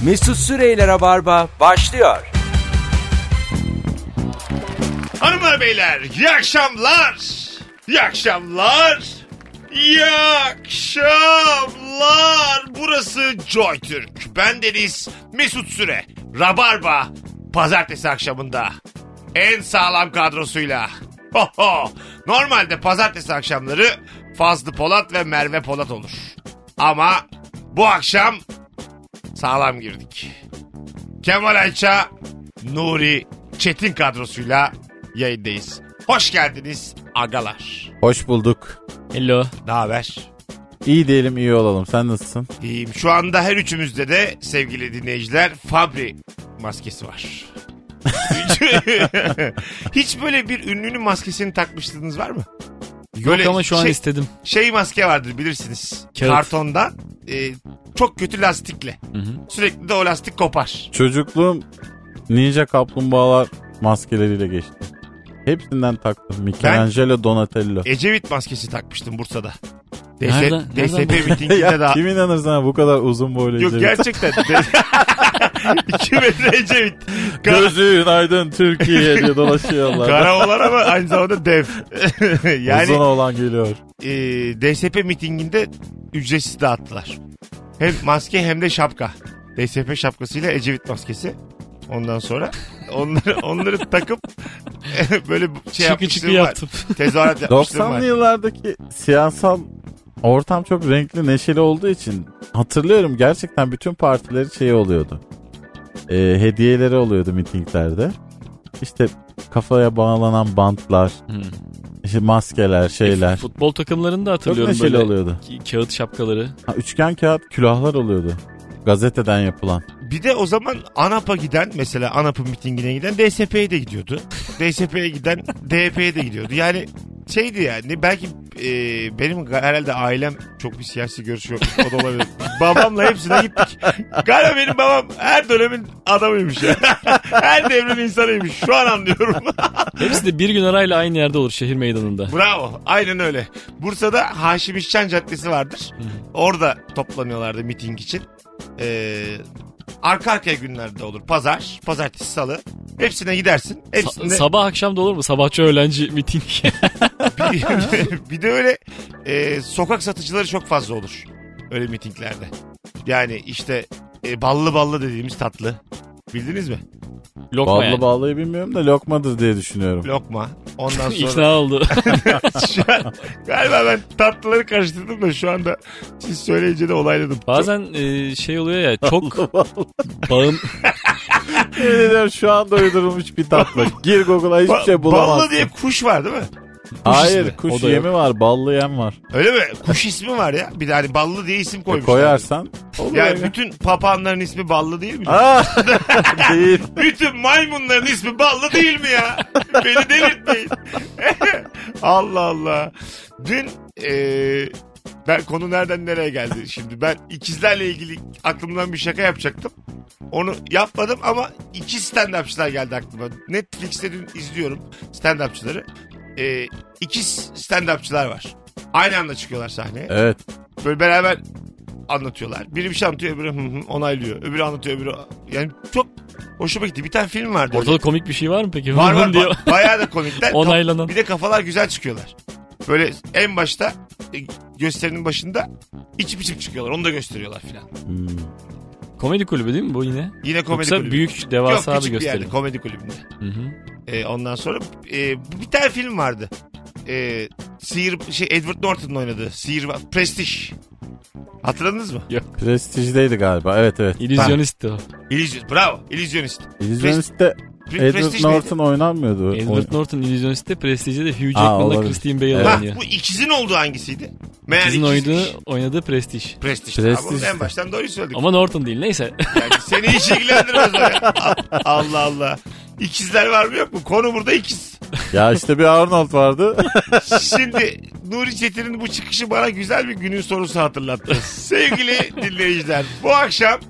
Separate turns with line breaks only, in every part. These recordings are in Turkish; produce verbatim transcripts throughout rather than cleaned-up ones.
Mesut Süreyler'e Barba başlıyor.
Hanımlar beyler iyi akşamlar. İyi akşamlar. İyi akşamlar. Burası Joy Türk. Ben Deniz Mesut Süre. Rabarba pazartesi akşamında. En sağlam kadrosuyla. Ho ho. Normalde pazartesi akşamları Fazlı Polat ve Merve Polat olur. Ama bu akşam sağlam girdik. Kemal Ayça, Nuri Çetin kadrosuyla yayındayız. Hoş geldiniz agalar.
Hoş bulduk.
Hello.
Ne haber?
İyi diyelim, iyi olalım. Sen nasılsın?
İyiyim. Şu anda her üçümüzde de sevgili dinleyiciler Fabri maskesi var. Hiç böyle bir ünlünün maskesini takmışlığınız var mı?
Böyle Yok ama şu an
şey,
istedim.
Şey maske vardır bilirsiniz.
Kağıt.
Kartondan e, çok kötü lastikle.
Hı hı.
Sürekli de o lastik kopar.
Çocukluğum Ninja Kaplumbağalar maskeleriyle geçti. Hepsinden taktım. Michelangelo, Donatello.
Ecevit maskesi takmıştım Bursa'da.
Nereden?
D S P
Nereden
mitinginde
ya
daha.
kim inanır sana bu kadar uzun boylu
Yok
Ecevit?
gerçekten. iki metre Ecevit. Kara,
Gözün aydın Türkiye diye dolaşıyorlar.
kara olan ama aynı zamanda dev. Yani
uzun olan geliyor.
e, D S P mitinginde ücretsiz dağıttılar. Hem maske hem de şapka. D S P şapkasıyla Ecevit maskesi. Ondan sonra onları onları takıp böyle şey
Çıkı çıkı
yapmıştım
yaptım.
Tezahürat yapmıştım var.
doksanlı yıllardaki siyasal ortam çok renkli, neşeli olduğu için hatırlıyorum, gerçekten bütün partilerin şeyi oluyordu. Ee, hediyeleri oluyordu mitinglerde. İşte kafaya bağlanan bantlar,
Hmm.
işte maskeler, şeyler.
Futbol takımlarında
Çok
hatırlıyorum
neşeli
böyle
oluyordu.
ka- kağıt şapkaları.
Ha, üçgen kağıt külahlar oluyordu. Gazeteden yapılan.
Bir de o zaman ANAP'a giden, mesela ANAP'ın mitingine giden D S P'ye de gidiyordu. D S P'ye giden D H P'ye de gidiyordu. Yani şeydi yani, belki e, benim herhalde ailem çok bir siyasi görüşü yok. O da olabilir. Babamla hepsine gittik. Galiba benim babam her dönemin adamıymış ya. Her devrin insanıymış. Şu an anlıyorum.
Hepsi de bir gün arayla aynı yerde olur, şehir meydanında.
Bravo. Aynen öyle. Bursa'da Haşim İşcan Caddesi vardır. Orada toplanıyorlardı miting için. Eee... Arka arkaya günlerde olur. Pazar, pazartesi, salı. Hepsine gidersin. Hepsinde...
Sa- sabah akşam da olur mu? Sabahçı öğlenci miting.
bir, bir de öyle e, sokak satıcıları çok fazla olur. Öyle mitinglerde. Yani işte e, ballı ballı dediğimiz tatlı. Bildiniz mi?
Lokma
Ballı
yani.
bağlayı bilmiyorum da lokmadır diye düşünüyorum.
Lokma. Ondan sonra...
İkna oldu.
Şu an, galiba ben tatlıları karıştırdım da şu anda siz söyleyince de olayladım.
Bazen e, şey oluyor ya, çok bağım...
Yemin ediyorum şu anda uydurulmuş bir tatlı. Gir Google'a, hiçbir
Ba-
şey bulamazsın.
Ballı diye kuş var değil mi?
Hayır,
ismi.
kuş
O da
yemi var, ballı yem var.
Öyle mi? Kuş ismi var ya. Bir de hani ballı diye isim
E,
koymuşlar.
koyarsan olur.
Yani
öyle.
bütün papağanların ismi ballı değil mi?
Aa, değil.
Bütün maymunların ismi ballı değil mi ya? Beni delirtmeyin. Allah Allah. Dün eee, ben konu nereden nereye geldi şimdi? Ben ikizlerle ilgili aklımdan bir şaka yapacaktım. Onu yapmadım ama iki stand-upçılar geldi aklıma. Netflix'te dün izliyorum stand-upçıları. Eee ikiz stand-upçılar var. Aynı anda çıkıyorlar sahneye.
Evet.
Böyle beraber anlatıyorlar. Biri bir şey anlatıyor, öbürü hı hı onaylıyor. Öbürü anlatıyor, öbürü... Yani çok hoşuma gitti. Bir tane film vardı.
Ortada komik bir şey var mı peki?
Var
Hım
var.
diyor.
Ba- bayağı da komikler.
Onaylanan.
Bir de kafalar güzel çıkıyorlar. Böyle en başta e, gösterinin başında içip içip çıkıyorlar. Onu da gösteriyorlar filan.
Hmm.
Komedi kulübü değil mi bu yine?
Yine komedi
Yoksa
kulübü.
büyük, devasa
Yok,
bir
küçük bir
gösteri.
yerde, komedi kulübünde.
Hı hı.
E, ondan sonra e, bir tane film vardı. E, Sihir, şey Edward Norton'un oynadığı Sihir, Prestige. Hatırladınız mı?
Prestijdeydi galiba. Evet evet.
İllüzyonisti o.
İllüzyon, bravo. İllüzyonist.
İllüzyonist'te
Pre-
Edward
Prestige
Norton oynanmıyordu.
Edward Norton İllüzyonist'te, Prestige'de de Hugh
Aa,
Jackman'la
olabilir.
Christian Bale
Evet.
Ha,
oynuyor.
bu ikizin olduğu hangisiydi? Meğer
Sizin
ikizmiş.
oynadığı, oynadığı Prestige.
Prestige.
Prestige
Tamam, en
işte.
baştan doğru söyledik.
Ama Norton değil, neyse.
Yani seni hiç ilgilendirmez o ya. Allah Allah. İkizler var mı yok mu? Konu burada ikiz.
Ya işte bir Arnold vardı.
Şimdi Nuri Çetin'in bu çıkışı bana güzel bir günün sorusu hatırlattı. Sevgili dinleyiciler, bu akşam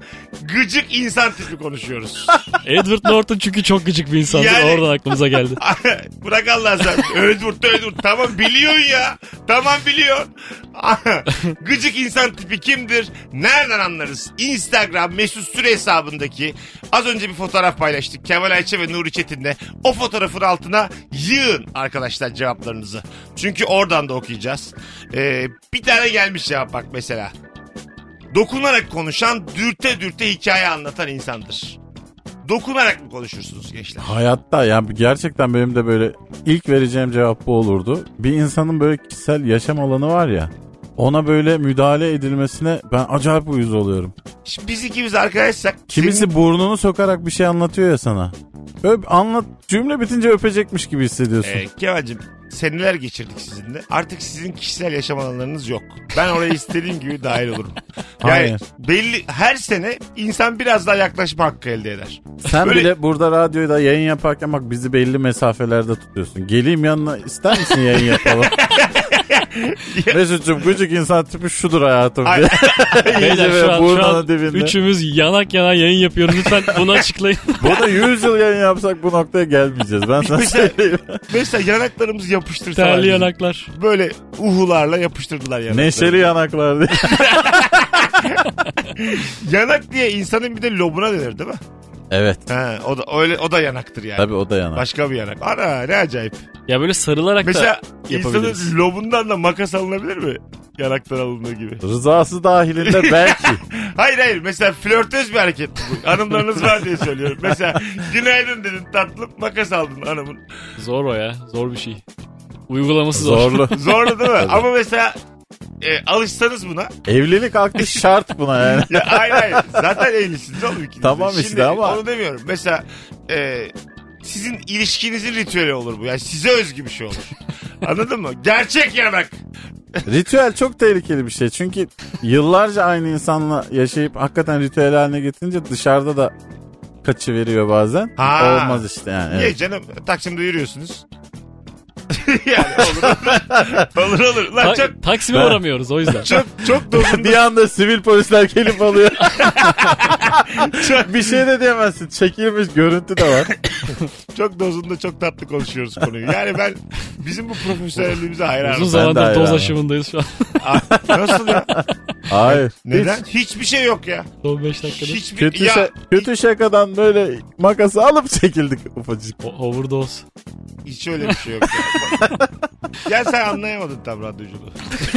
gıcık insan tipi konuşuyoruz.
Edward Norton çünkü çok gıcık bir insandır.
Yani-
Oradan aklımıza geldi.
Bırak Allah sen. Edward Edward. Tamam biliyorsun ya. Tamam biliyorsun. Gıcık insan tipi kimdir? Nereden anlarız? Instagram Mesut Süre hesabındaki az önce bir fotoğraf paylaştık. Kemal Ayça ve Nuri Çetin'le. O fotoğrafın altına yığın arkadaşlar cevaplarınızı. Çünkü oradan da okuyacağız. Ee, bir tane gelmiş cevap bak mesela. Dokunarak konuşan, dürte dürte hikaye anlatan insandır. Dokunarak mı konuşursunuz gençler?
Hayatta yani gerçekten benim de böyle ilk vereceğim cevap bu olurdu. Bir insanın böyle kişisel yaşam alanı var ya, ona böyle müdahale edilmesine ben acayip uyuz oluyorum.
Şimdi biz ikimiz arkadaşsak...
Kimisi
senin-
burnunu sokarak bir şey anlatıyor ya sana. Böyle anlat, cümle bitince öpecekmiş gibi hissediyorsun.
Ee, Kemal'cim seneler geçirdik sizinle. Artık sizin kişisel yaşam alanlarınız yok. Ben oraya istediğim gibi dahil olurum. Yani
Hayır.
belli her sene insan biraz daha yaklaşma hakkı elde eder.
Sen
Böyle-
bile burada radyoda yayın yaparken bak bizi belli mesafelerde tutuyorsun. Geleyim yanına, ister misin yayın yapalım? Mesut'cum gıcık insan tipi şudur hayatım diye.
Beyler
İyice
şu
ve
an, şu
burnunun
an
dibinde.
üçümüz yanak yana yayın yapıyoruz. Lütfen bunu açıklayın.
Bunu yüz yıl yayın yapsak bu noktaya gelmeyeceğiz. Ben sana
Mesela-
söyleyeyim.
Mesela yanaklarımızı yapıştırsalar.
Terli
bizi.
yanaklar.
Böyle uhularla yapıştırdılar yanakları.
Neşeli yanaklar diye.
Yanak diye insanın bir de lobuna denir değil mi?
Evet.
Ha, o da öyle o da yanaktır yani.
Tabii o da yanak.
Başka bir yanak. Ana ne acayip.
Ya böyle sarılarak
Mesela
da yapabiliriz.
insanın lobundan da makas alınabilir mi? Yanaktan alındığı gibi.
Rızası dahilinde belki.
Hayır hayır mesela flörtöz bir hareket bu. Hanımlarınız var diye söylüyorum. Mesela günaydın dedin tatlım makas aldın hanımın.
Zor o ya. Zor bir şey. Uygulaması zor.
Zorlu.
Zorlu değil mi? Ama mesela e, alışsanız buna.
Evlilik aklı şart buna yani.
Ya hayır hayır zaten evlisiniz oğlum ikiniz de.
Tamam işte
Şimdi
ama-
onu demiyorum. Mesela e, sizin ilişkinizin ritüeli olur bu. Yani size özgü bir şey olur. Anladın mı? Gerçek yanak.
Ritüel çok tehlikeli bir şey. Çünkü yıllarca aynı insanla yaşayıp hakikaten ritüel haline getirince dışarıda da kaçıveriyor bazen.
Ha.
Olmaz işte yani.
Niye
Evet.
canım? Taksim'de yürüyorsunuz. Yani olur olur. Olur olur. Lan
Ta-
çok
Taksim'e
Ben-
uğramıyoruz o yüzden.
çok çok dozunda.
Bir anda sivil polisler gelip alıyor. Bir şey de diyemezsin. Çekilmiş görüntü de var.
Çok dozunda çok tatlı konuşuyoruz konuyu. Yani ben bizim bu profesyonelliğimize hayranım.
Uzun
Ben de
zamandır doz
hayranım.
aşımındayız şu an.
Aa, nasıl ya?
Hayır.
Neden?
Hiç
Hiçbir şey yok ya.
Son beş dakikada.
Hiçbir
kötü,
ya,
şa- kötü şakadan böyle makası alıp çekildik ufacık.
O- overdose.
hiç öyle bir şey yok ya. Ya sen anlayamadın tam radyoculuğu.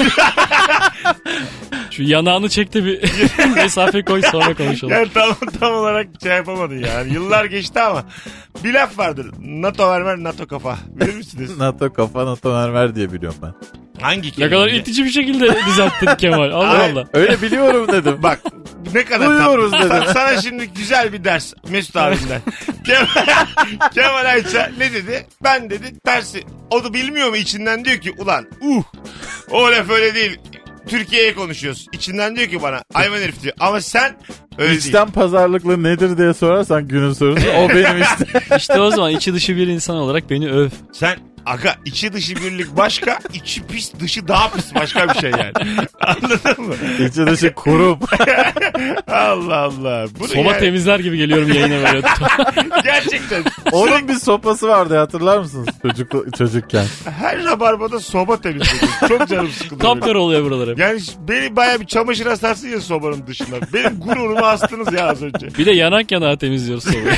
Şu yanağını çek de bir mesafe koy sonra konuşalım.
Yani tam, tam olarak şey yapamadın yani. Yıllar geçti ama bir laf vardır. NATO vermer NATO kafa. Bilir misiniz?
NATO kafa NATO mermer diye biliyorum ben.
Hangi
Ne
kelime?
kadar itici bir şekilde düzelttin Kemal. Allah
Ay.
Allah.
Öyle biliyorum dedim.
Bak ne kadar
Duyuyoruz
tatlı.
dedim.
Sana şimdi güzel bir ders Mesut abimden. Kemal, Kemal Ayça ne dedi? Ben dedi tersi. O da bilmiyor mu içinden diyor ki ulan uh o laf öyle değil. Türkiye'ye konuşuyoruz. İçinden diyor ki bana hayvan herif diyor. Ama sen öyle değil.
İçten pazarlıklı nedir diye sorarsan günün sorusu o benim işte.
İşte o zaman içi dışı bir insan olarak beni öv.
Sen aga içi dışı birlik başka, içi pis dışı daha pis başka bir şey yani. Anladın mı?
İçi dışı kurum.
Allah Allah. Bunu
Soba
yani-
temizler gibi geliyorum yayına böyle.
Gerçekten.
Onun bir sopası vardı hatırlar mısınız çocuk çocukken?
Her rabarbada soba temizledim. Çok canım sıkıldı. benim.
Kapkara oluyor buralar hep.
Yani beni baya bir çamaşır asarsın ya sobanın dışına. Benim gururumu astınız ya az önce.
Bir de yanak yanağı temizliyoruz sobayı.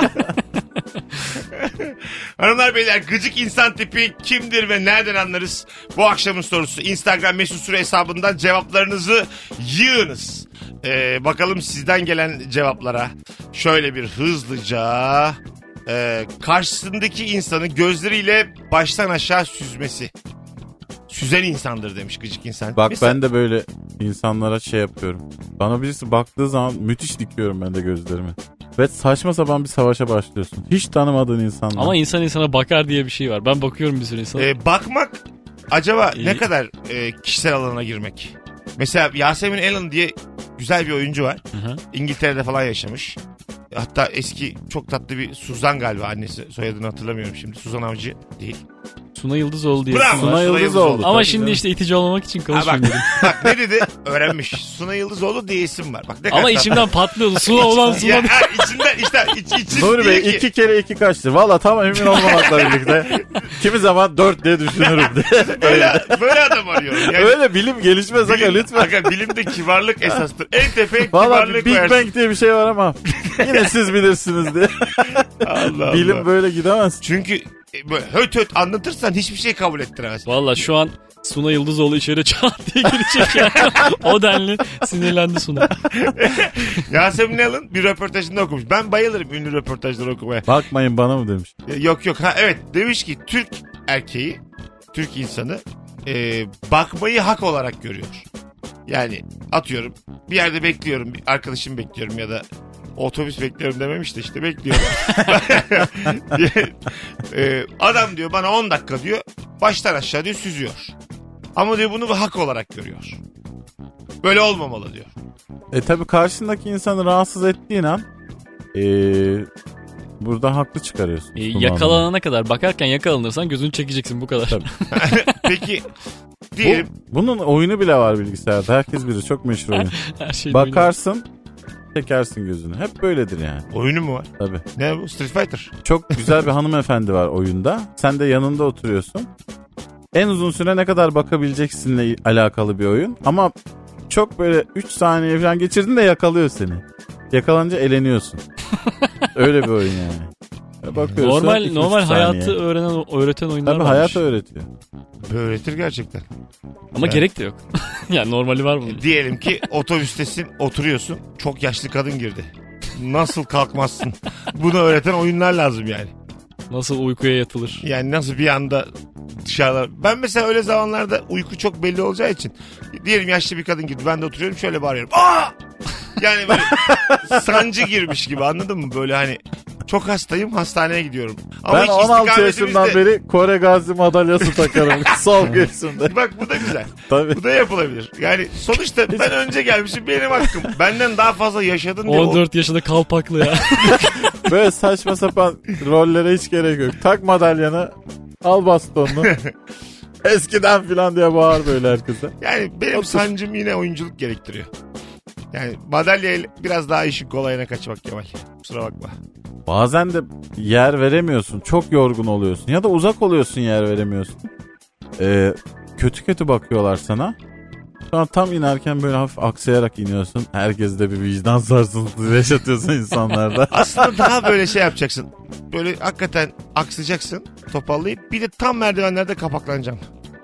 Hanımlar beyler gıcık insan tipi kimdir ve nereden anlarız? Bu akşamın sorusu. Instagram Mesut Süre hesabından cevaplarınızı yığınız. Ee, bakalım sizden gelen cevaplara. Şöyle bir hızlıca... Ee, karşısındaki insanı gözleriyle baştan aşağı süzmesi. Süzen insandır demiş gıcık insan.
Bak
Mesela-
ben de böyle insanlara şey yapıyorum. Bana birisi baktığı zaman müthiş dikiyorum ben de gözlerimi. Ve saçma sapan bir savaşa başlıyorsun. Hiç tanımadığın insanlar.
Ama insan insana bakar diye bir şey var. Ben bakıyorum bir sürü insana.
Ee, bakmak acaba
İyi.
ne kadar e, kişisel alana girmek? Mesela Yasemin Allen diye güzel bir oyuncu var.
Hı hı.
İngiltere'de falan yaşamış. Hatta eski çok tatlı bir Suzan galiba annesi. Soyadını hatırlamıyorum şimdi. Suzan Avcı değil.
Suna Yıldızoğlu diye.
Bravo.
Suna Yıldızoğlu.
Ama
Tabii
şimdi
canım.
işte itici olmamak için
Ha,
konuşmayayım
bak,
dedim.
bak ne dedi? Öğrenmiş. Suna Yıldızoğlu diye isim var. Bak ne
Ama
kadar
içimden patlıyordu. Suna olan Suna.
ya, ha, içinden işte iç, içi
Nuri
diyor
Bey
ki,
iki kere iki kaçtı. Valla tam emin olmamakla birlikte. Kimi zaman dört diye düşünürüm diye.
böyle, böyle adam arıyorum. Yani,
Öyle bilim gelişmez aga
bilim,
lütfen.
aga, bilimde kibarlık esastır. En tepe
Valla
kibarlık
Big
koyarsın.
Bang diye bir şey var ama yine siz bilirsiniz diye.
Allah
Bilim
Allah.
böyle gidemez.
Çünkü e, böyle höt höt anlatırsan hiçbir şey kabul ettiremez.
Valla şu an Suna Yıldızoğlu içeri çat diye girecek yani. O denli sinirlendi Suna.
Yasemin Alın bir röportajında okumuş. Ben bayılırım ünlü röportajları okumaya.
Bakmayın bana mı demiş.
E, Yok yok ha evet demiş ki Türk erkeği, Türk insanı e, bakmayı hak olarak görüyor. Yani atıyorum bir yerde bekliyorum, bir arkadaşım bekliyorum ya da otobüs bekliyorum dememiş de işte bekliyorum. e, adam diyor bana on dakika diyor baştan aşağı diyor süzüyor. Ama diyor bunu bir hak olarak görüyor. Böyle olmamalı diyor.
E tabi karşındaki insanı rahatsız ettiğin an e, burada haklı çıkarıyorsun.
E,
Sunu
yakalanana kadar bakarken yakalanırsan gözünü çekeceksin bu kadar.
Tabii.
Peki diyelim.
Bu, bunun oyunu bile var bilgisayarda. Herkes bilir. Çok meşhur oyun.
Her şey
Bakarsın çekersin gözünü. Hep böyledir yani.
Oyunu mu var?
Tabii.
Ne bu? Street Fighter.
Çok güzel bir hanımefendi var oyunda. Sen de yanında oturuyorsun. En uzun süre ne kadar bakabileceksinle alakalı bir oyun. Ama çok böyle üç saniye falan geçirdin de yakalıyor seni. Yakalanınca eleniyorsun. Öyle bir oyun yani. Bakıyorsun,
Normal
iki,
normal
üç saniye.
hayatı öğrenen öğreten oyunlar
Tabii
varmış.
hayatı öğretiyor.
Öğretir gerçekten.
Ama
Evet.
gerek de yok. Yani normali var bunun.
Diyelim ki otobüstesin, oturuyorsun. Çok yaşlı kadın girdi. Nasıl kalkmazsın? Bunu öğreten oyunlar lazım yani.
Nasıl uykuya yatılır?
Yani nasıl bir anda dışarıda. Ben mesela öyle zamanlarda uyku çok belli olacağı için diyelim yaşlı bir kadın girdi. Ben de oturuyorum şöyle bağırıyorum. Aa! Yani böyle sancı girmiş gibi anladın mı? Böyle hani çok hastayım hastaneye gidiyorum. Ama
Ben
hiç
on altı yaşımdan
istikametimizde-
beri Kore Gazi madalyası takarım. Sol göğsümde.
Bak bu da güzel.
Tabii.
Bu da yapılabilir. Yani sonuçta ben önce gelmişim benim hakkım. Benden daha fazla yaşadın diye.
on dört yaşında kalpaklı ya.
Böyle saçma sapan rollere hiç gerek yok. Tak madalyanı, al bastonunu. Eskiden filan diye bağır böyle herkese.
Yani benim
Otur.
sancım yine oyunculuk gerektiriyor. Yani madalyayla biraz daha işin kolayına kaçmak Kemal. Kusura bakma.
Bazen de yer veremiyorsun. Çok yorgun oluyorsun. Ya da uzak oluyorsun, yer veremiyorsun. Ee, kötü kötü bakıyorlar sana. Sonra tam inerken böyle hafif aksayarak iniyorsun. Herkes de bir vicdan sarsıntısı yaşatıyorsun insanlarda.
Aslında daha böyle şey yapacaksın. Böyle hakikaten aksayacaksın toparlayıp bir de tam merdivenlerde kapaklanacağım.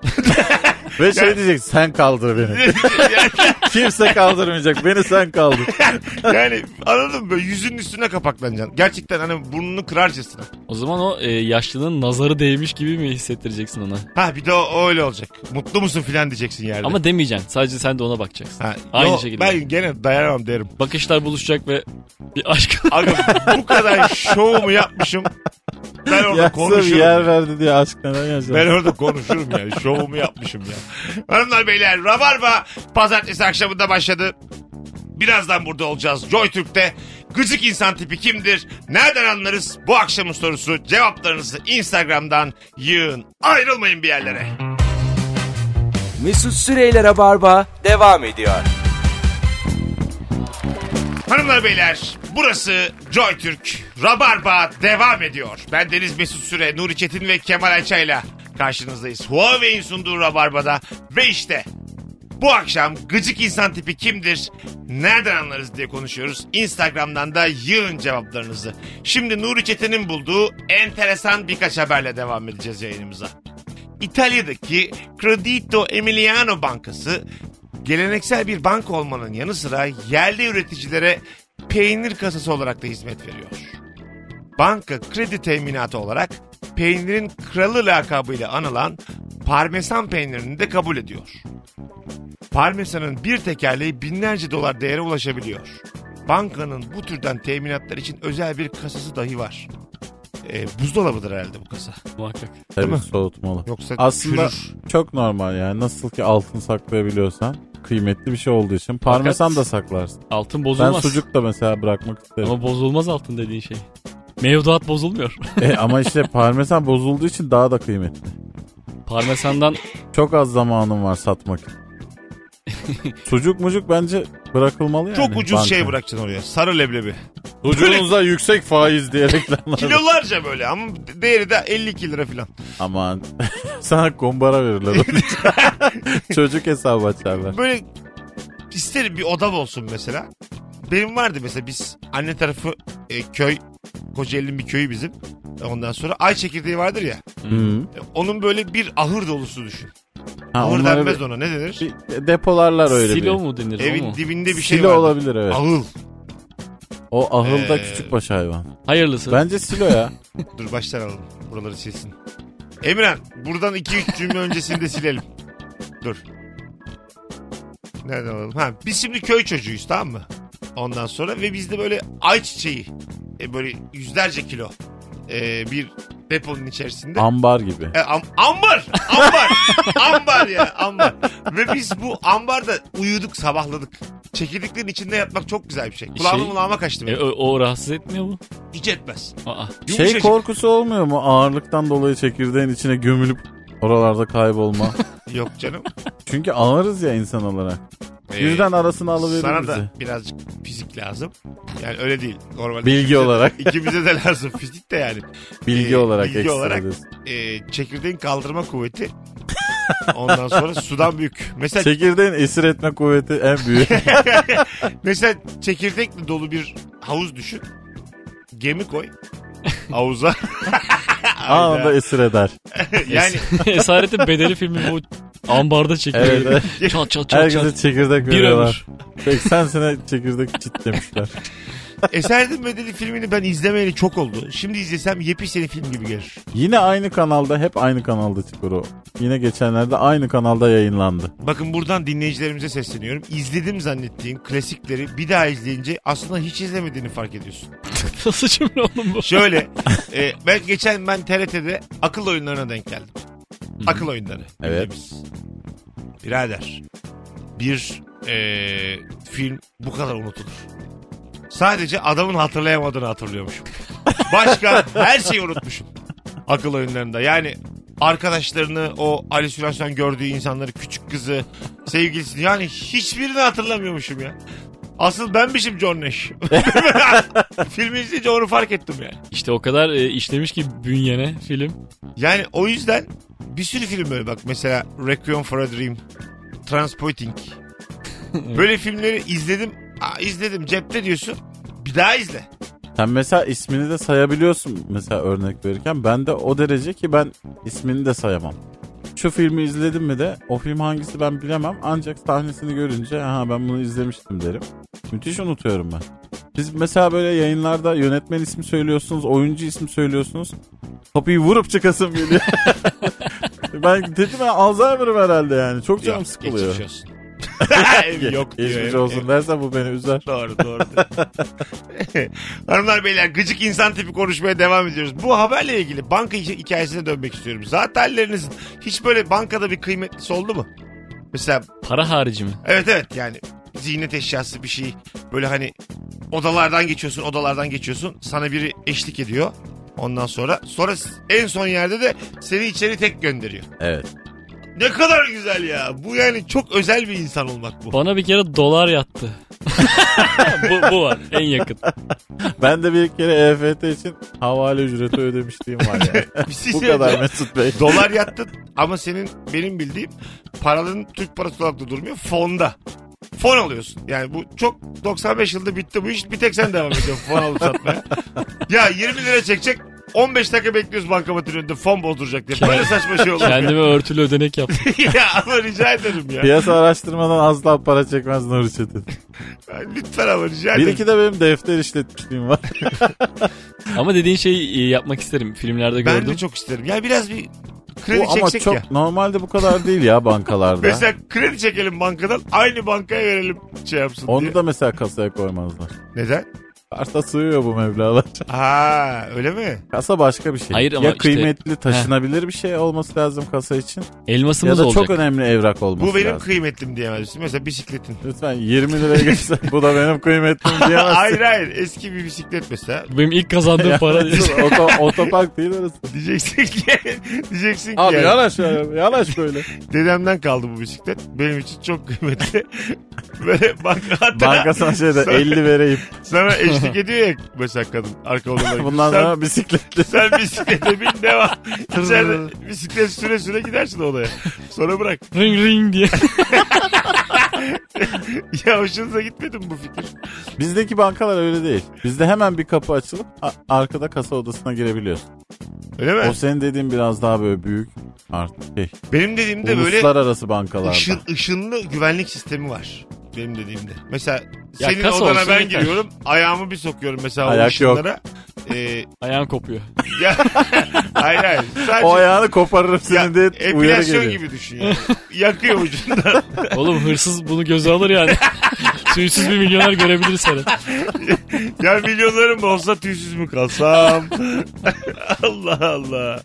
Ve şey diyecek, sen kaldır beni. Kimse kaldırmayacak, beni sen kaldır.
Yani anladın mı? Böyle yüzünün üstüne kapaklanacaksın. Gerçekten hani burnunu kırarcasına.
O zaman o e, yaşlının nazarı değmiş gibi mi hissettireceksin ona?
Ha bir de o, o öyle olacak. Mutlu musun filan diyeceksin yerde.
Ama demeyeceksin. Sadece sen de ona bakacaksın.
Ha,
Aynı
yo,
şekilde.
Ben gene dayanamam derim.
Bakışlar buluşacak ve bir aşk.
Aga bu kadar şovumu yapmışım. Ben orada
Ya sırf
konuşurum.
yer verdi diye aşk neden yaşadın?
Ben orada konuşurum yani. Şovumu yapmışım ya. Hanımlar beyler Rabarba pazartesi akşamında başladı. Birazdan burada olacağız. Joy Türk'te gıcık insan tipi kimdir? Nereden anlarız? Bu akşamın sorusu. Cevaplarınızı Instagram'dan yığın. Ayrılmayın bir yerlere.
Mesut Süreyler'e barba devam ediyor.
Hanımlar beyler burası Joy Türk. Rabarba devam ediyor. Ben Deniz Mesut Süre, Nuri Çetin ve Kemal Ayça'yla karşınızdayız. Huawei'in sunduğu Rabarba'da ve işte bu akşam gıcık insan tipi kimdir? Nereden anlarız diye konuşuyoruz. Instagram'dan da yığın cevaplarınızı. Şimdi Nuri Çetin'in bulduğu enteresan birkaç haberle devam edeceğiz yayınımıza. İtalya'daki Credito Emiliano Bankası geleneksel bir banka olmanın yanı sıra yerli üreticilere peynir kasası olarak da hizmet veriyor. Banka kredi teminatı olarak peynirin kralı lakabıyla anılan parmesan peynirini de kabul ediyor. Parmesanın bir tekerleği binlerce dolar değere ulaşabiliyor. Bankanın bu türden teminatlar için özel bir kasası dahi var. E, buzdolabıdır herhalde bu kasa.
Muhakkak.
Tabii
mi?
soğutmalı.
Yoksa
Aslında
çürür.
çok normal yani. Nasıl ki altın saklayabiliyorsan kıymetli bir şey olduğu için parmesan
Fakat
da saklarsın.
Altın
Ben
bozulmaz.
sucuk da mesela bırakmak isterim.
Ama bozulmaz altın dediğin şey. Mevduat bozulmuyor.
E, ama işte parmesan bozulduğu için daha da kıymetli.
Parmesandan
Çok az zamanım var satmak için. Sucuk mucuk bence bırakılmalı yani.
Çok ucuz
banka.
şey bırakacaksın oraya. Sarı leblebi.
Sucuğunuza yüksek faiz diye reklamlar.
Kilolarca böyle ama değeri de elli iki lira falan.
Aman sana kumbara verirler. Çocuk hesabı açarlar.
Böyle isterim bir odam olsun mesela. Benim vardı mesela, biz anne tarafı e, köy, Kocaeli'nin bir köyü bizim. Ondan sonra ay çekirdeği vardır ya.
Hı.
E, onun böyle bir ahır dolusu düşün.
Ha,
ahır
onları
denmez
bir-
ona, ne denir?
bir depolarlar öyle
silo
bir.
mu denir o
Evin
mu?
dibinde bir şey
Silo
var.
olabilir evet.
Ahıl.
O ahılda
Ee,
küçükbaş hayvan.
Hayırlısı.
Bence silo ya.
Dur baştan alalım. Buraları silsin. Emirhan, buradan iki üç cümle öncesini de silelim. Dur. Nereden alalım? Ha, biz şimdi köy çocuğuyuz, tamam mı? Ondan sonra ve bizde böyle ayçiçeği e, böyle yüzlerce kilo e, bir deponun içerisinde.
Ambar gibi.
E, am- ambar! Ambar! Ambar ya, ambar. Ve biz bu ambarda uyuduk, sabahladık. Çekirdeklerin içinde yatmak çok güzel bir şey. Kulağıma
Şey-
mulağıma kaçtı
E,
benim.
o, o rahatsız etmiyor mu?
Hiç etmez.
Aa.
Şey
Yumuşacık.
korkusu olmuyor mu? Ağırlıktan dolayı çekirdeğin içine gömülüp oralarda kaybolma.
Yok canım.
Çünkü ağırız ya insan olarak.
Ee,
Birden arasını alıverir
Sana
bizi.
da birazcık fizik lazım. Yani öyle değil. Normalde
Bilgi
ikimize-
olarak.
ikimize de lazım fizik de yani.
Bilgi
Ee,
olarak
bilgi
ekstra
olarak-
diyorsun.
Ee, çekirdeğin kaldırma kuvveti. Ondan sonra sudan büyük. Mesela
Çekirdeğin esir etme kuvveti en büyük.
mesela çekirdekle dolu bir havuz düşün. Gemi koy havuza.
Anında
Hayda.
esir eder.
Yani
Esaretin Bedeli filmi bu ambarda çekiliyor.
Evet, evet.
Çat çat çat
Herkese
çat.
çekirdek
Bir
veriyorlar.
ömür.
seksen sene çekirdek çitlemişler.
Esaretin Bedeli filmini ben izlemeyeli çok oldu. Şimdi izlesem yepyeni film gibi gelir.
Yine aynı kanalda, hep aynı kanalda çıkıyor o. Yine geçenlerde aynı kanalda yayınlandı.
Bakın buradan dinleyicilerimize sesleniyorum. İzledim zannettiğin klasikleri bir daha izleyince aslında hiç izlemediğini fark ediyorsun.
Nasıl cümle oğlum bu?
Şöyle e, ben geçen ben T R T'de akıl oyunlarına denk geldim. Akıl oyunları.
Evet.
bildiğimiz. Birader bir e, film bu kadar unutulur. Sadece adamın hatırlayamadığını hatırlıyormuşum. Başka her şeyi unutmuşum. Akıl oyunlarında. Yani arkadaşlarını, o halüsinasyon gördüğü insanları, küçük kızı, sevgilisini, yani hiçbirini hatırlamıyormuşum ya. Asıl benmişim John Nash. Filmi izleyince onu fark ettim yani.
İşte o kadar e, işlemiş ki bünyene film.
Yani o yüzden bir sürü film böyle bak. Mesela Requiem for a Dream, Transporting. Böyle filmleri izledim. Aa, izledim cepte diyorsun. Bir daha izle.
Sen mesela ismini de sayabiliyorsun mesela örnek verirken. Ben de o derece ki ben ismini de sayamam. Şu filmi izledim mi de o film hangisi ben bilemem. Ancak sahnesini görünce ha ben bunu izlemiştim derim. Müthiş unutuyorum ben. Siz mesela böyle yayınlarda yönetmen ismi söylüyorsunuz, oyuncu ismi söylüyorsunuz. Kapıyı vurup çıkasım geliyor. Ben dedim ben Alzheimer'ım herhalde yani. Çok canım
Yok,
sıkılıyor.
geçmiş olsun. Yok diyor.
Geçmiş
ev-
olsun
ev-
dersen bu beni üzer.
Doğru doğru. Hanımlar beyler, gıcık insan tipi konuşmaya devam ediyoruz. Bu haberle ilgili banka hikayesine dönmek istiyorum. Zaten hallerinizin hiç böyle bankada bir kıymetlisi oldu mu? Mesela
Para harici mi?
evet evet yani ziynet eşyası bir şey. Böyle hani odalardan geçiyorsun odalardan geçiyorsun. Sana biri eşlik ediyor. Ondan sonra sonra en son yerde de seni içeri tek gönderiyor.
Evet.
Ne kadar güzel ya. Bu yani çok özel bir insan olmak bu.
Bana bir kere dolar yattı. bu, bu var en yakın.
Ben de bir kere E F T için havale ücreti ödemişliğim var yani.
Bir şey
Bu
söyleyeceğim.
kadar Mesut Bey.
Dolar yattı ama senin benim bildiğim paranın Türk parası olarak da durmuyor. Fonda. Fon alıyorsun. Yani bu çok doksan beş yılda bitti bu iş. Bir tek sen devam ediyorsun fon alıp satmaya. Ya yirmi lira çekecek. on beş dakika bekliyoruz bankamatiğin önünde fon bozduracak diye. Böyle saçma şey olur mu ya?
Kendime örtülü ödenek yaptım.
Ya ama rica ederim ya.
Piyasa araştırmadan asla para çekmez Nuri Çetin.
Lütfen ama rica
Bir
ederim.
iki de benim defter işletmişliğim var.
Ama dediğin şeyi e, yapmak isterim. Filmlerde
Ben
gördüm.
de çok isterim. Ya biraz bir kredi
Bu ama
çeksek
çok
ya.
normalde bu kadar değil ya bankalarda.
Mesela kredi çekelim bankadan, aynı bankaya verelim şey yapsın
Onu
diye.
da mesela kasaya koymazlar.
Neden?
Karta sığıyor bu meblağlar.
Ha, öyle mi?
Kasa başka bir şey.
Hayır ama
ya
işte-
kıymetli taşınabilir bir şey olması lazım kasa için. Ya
Elmasımız
da
olacak.
çok önemli evrak olması
Bu benim
lazım.
kıymetlim diyemezsin. Mesela bisikletin.
Lütfen yirmi liraya geçse bu da benim kıymetlim diyemezsin.
Hayır hayır. Eski bir bisiklet mesela.
Benim ilk kazandığım para değil.
Oto, otopark değil orası.
Diyeceksin ki diyeceksin ki
Abi
yani,
yanaş ya, yanaş böyle.
dedemden kaldı bu bisiklet. Benim için çok kıymetli. Böyle banka hatta
Banka sana şeyde
Sana-
elli vereyim.
sana eşlik ediyor ya mesela kadın arka odalara.
Bundan
sen,
sonra bisikletli.
sen bisiklete bin devam. İçeride bisiklet süre süre gidersin odaya. Sonra bırak.
Ring ring diye.
Ya hoşunuza gitmedi mi bu fikir?
Bizdeki bankalar öyle değil. Bizde hemen bir kapı açılıp a- arkada kasa odasına girebiliyorsun.
Öyle mi?
O senin dediğin biraz daha böyle büyük artık şey.
Benim dediğimde böyle
Uluslararası bankalarda.
ışın, ışınlı güvenlik sistemi var. Benim dediğimde. Mesela
Ya
senin
kasa
odana
olsun
ben
yeter.
giriyorum. Ayağımı bir sokuyorum mesela
Ayak
o ışınlara. Ee,
Ayağın kopuyor.
ya, hayır hayır. Sadece
O ayağını koparırım senin
ya,
diye uyarı
epilasyon
geliyor.
gibi düşün yani. Yakıyor ucundan.
Oğlum hırsız bunu göze alır yani. Tüysüz bir milyoner görebiliriz her an.
Ya milyonlarım olsa tüysüz mü kalsam? Allah Allah.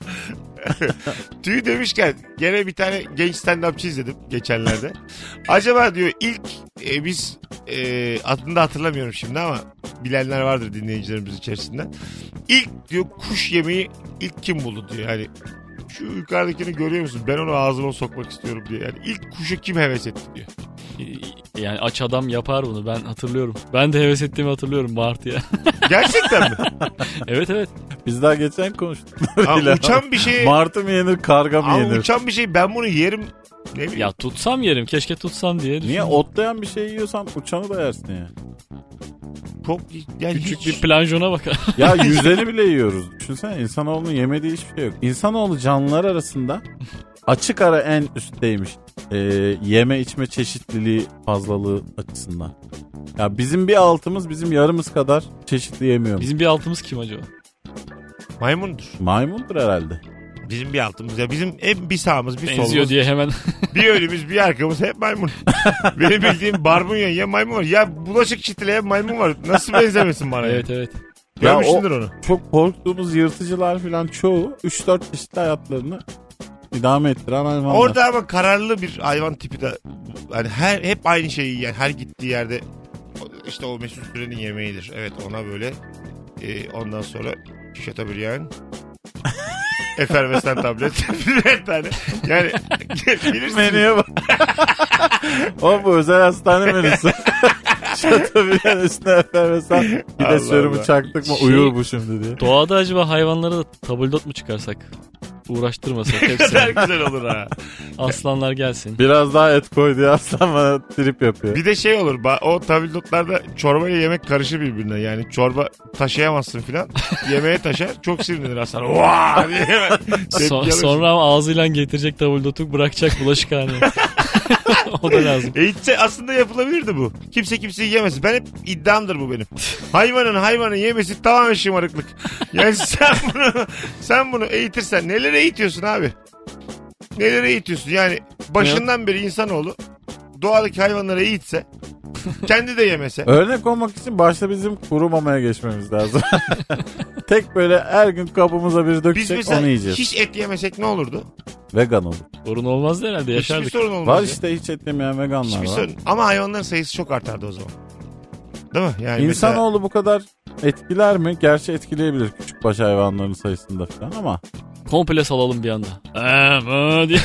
Tüy demişken gene bir tane genç stand-upçı izledim geçenlerde. Acaba diyor ilk e, biz e, adını da hatırlamıyorum şimdi ama bilenler vardır dinleyicilerimiz içerisinden. İlk diyor kuş yemeği ilk kim buldu diyor. Yani şu yukarıdakini görüyor musun? Ben onu ağzıma sokmak istiyorum diyor. Yani ilk kuşu kim heves etti diyor.
Yani aç adam yapar bunu, ben hatırlıyorum. Ben de heves ettiğimi hatırlıyorum martıya.
Gerçekten mi?
Evet evet.
Biz daha geçen konuştuk.
Ama uçan bir şey
Martı mı yenir, karga mı
ama
yenir?
uçan bir şey ben bunu yerim. Ne bileyim.
Ya tutsam yerim, keşke tutsam diye
Niye
düşündüm.
otlayan bir şey yiyorsan uçanı da yersin ya.
Çok yani
Küçük
hiç-
bir planjona bakar.
Ya yüzeni bile yiyoruz. Düşünsene insanoğlunun yemediği hiçbir şey yok. İnsanoğlu canlılar arasında açık ara en üstteymiş. Ee, yeme içme çeşitliliği fazlalığı açısından. Ya bizim bir altımız bizim yarımız kadar çeşitli yemiyor.
Bizim bir altımız kim acaba?
maymundur.
Maymundur herhalde.
Bizim bir altımız ya bizim hep bir sağımız bir
Benziyor
solumuz.
diye hemen.
Bir önümüz bir arkamız hep maymun. Benim bildiğim barbunya ya maymun var. Ya bulaşık çitileyen maymun var. Nasıl benzemesin bana?
Evet evet.
Ya
Görmüşsündür onu.
Çok korktuğumuz yırtıcılar falan çoğu üç dört çeşitli hayatlarını idame ettiren hayvanlar.
Orada ama kararlı bir hayvan tipi de hani her hep aynı şeyi yani her gittiği yerde işte o Mesut Süren'in yemeğidir. Evet ona böyle e, ondan sonra Chateaubriand efervescent tablet birer tane. Yani bilirsin.
Menüye bak. O bu özel hastane menüsü. Şatobriyan üstüne efervescent. Bir
Allah
de serumu
Allah.
çaktık mı
Şey-
uyur bu şimdi diye.
Doğada acaba hayvanlara da tabldot mu çıkarsak? Uğraştırmasak
Ne kadar
hepsini.
güzel olur ha.
Aslanlar gelsin.
Biraz daha et koy diye aslan bana trip yapıyor.
Bir de şey olur. ba- O tabildotlarda çorba ile yemek karışır birbirine. Yani çorba taşıyamazsın filan. Yemeğe taşar. Çok sinirlenir aslan. Vaa diye hemen tepki
So-
alırsın.
sonra ama ağzıyla getirecek tabuldotu bırakacak bulaşıkhaneye. O da lazım.
Eğitse aslında yapılabilirdi bu. Kimse kimseyi yemesin. Ben hep iddiamdır bu benim. Hayvanın hayvanı yemesi tamamen şımarıklık. Yani sen bunu sen bunu eğitirsen nelere eğitiyorsun abi? Nelere eğitiyorsun? Yani başından beri insanoğlu doğadaki hayvanları eğitse kendi de yemese.
Örnek olmak için başta bizim kuru mamaya geçmemiz lazım. Tek böyle her gün kabımıza bir
Biz
dökecek
mesela
onu yiyeceğiz.
hiç et yemesek ne olurdu?
Vegan olur.
Sorun olmazdı herhalde,
Hiçbir
yaşardık.
sorun olmaz.
Var
ya.
işte hiç et yemeyen veganlar
Hiçbir
var.
sorun. Ama hayvanların sayısı çok artardı o zaman. Değil mi? Yani mesela
İnsanoğlu bu kadar etkiler mi? Gerçi etkileyebilir küçükbaş hayvanların sayısında falan ama
Komple salalım bir anda. Eee diye.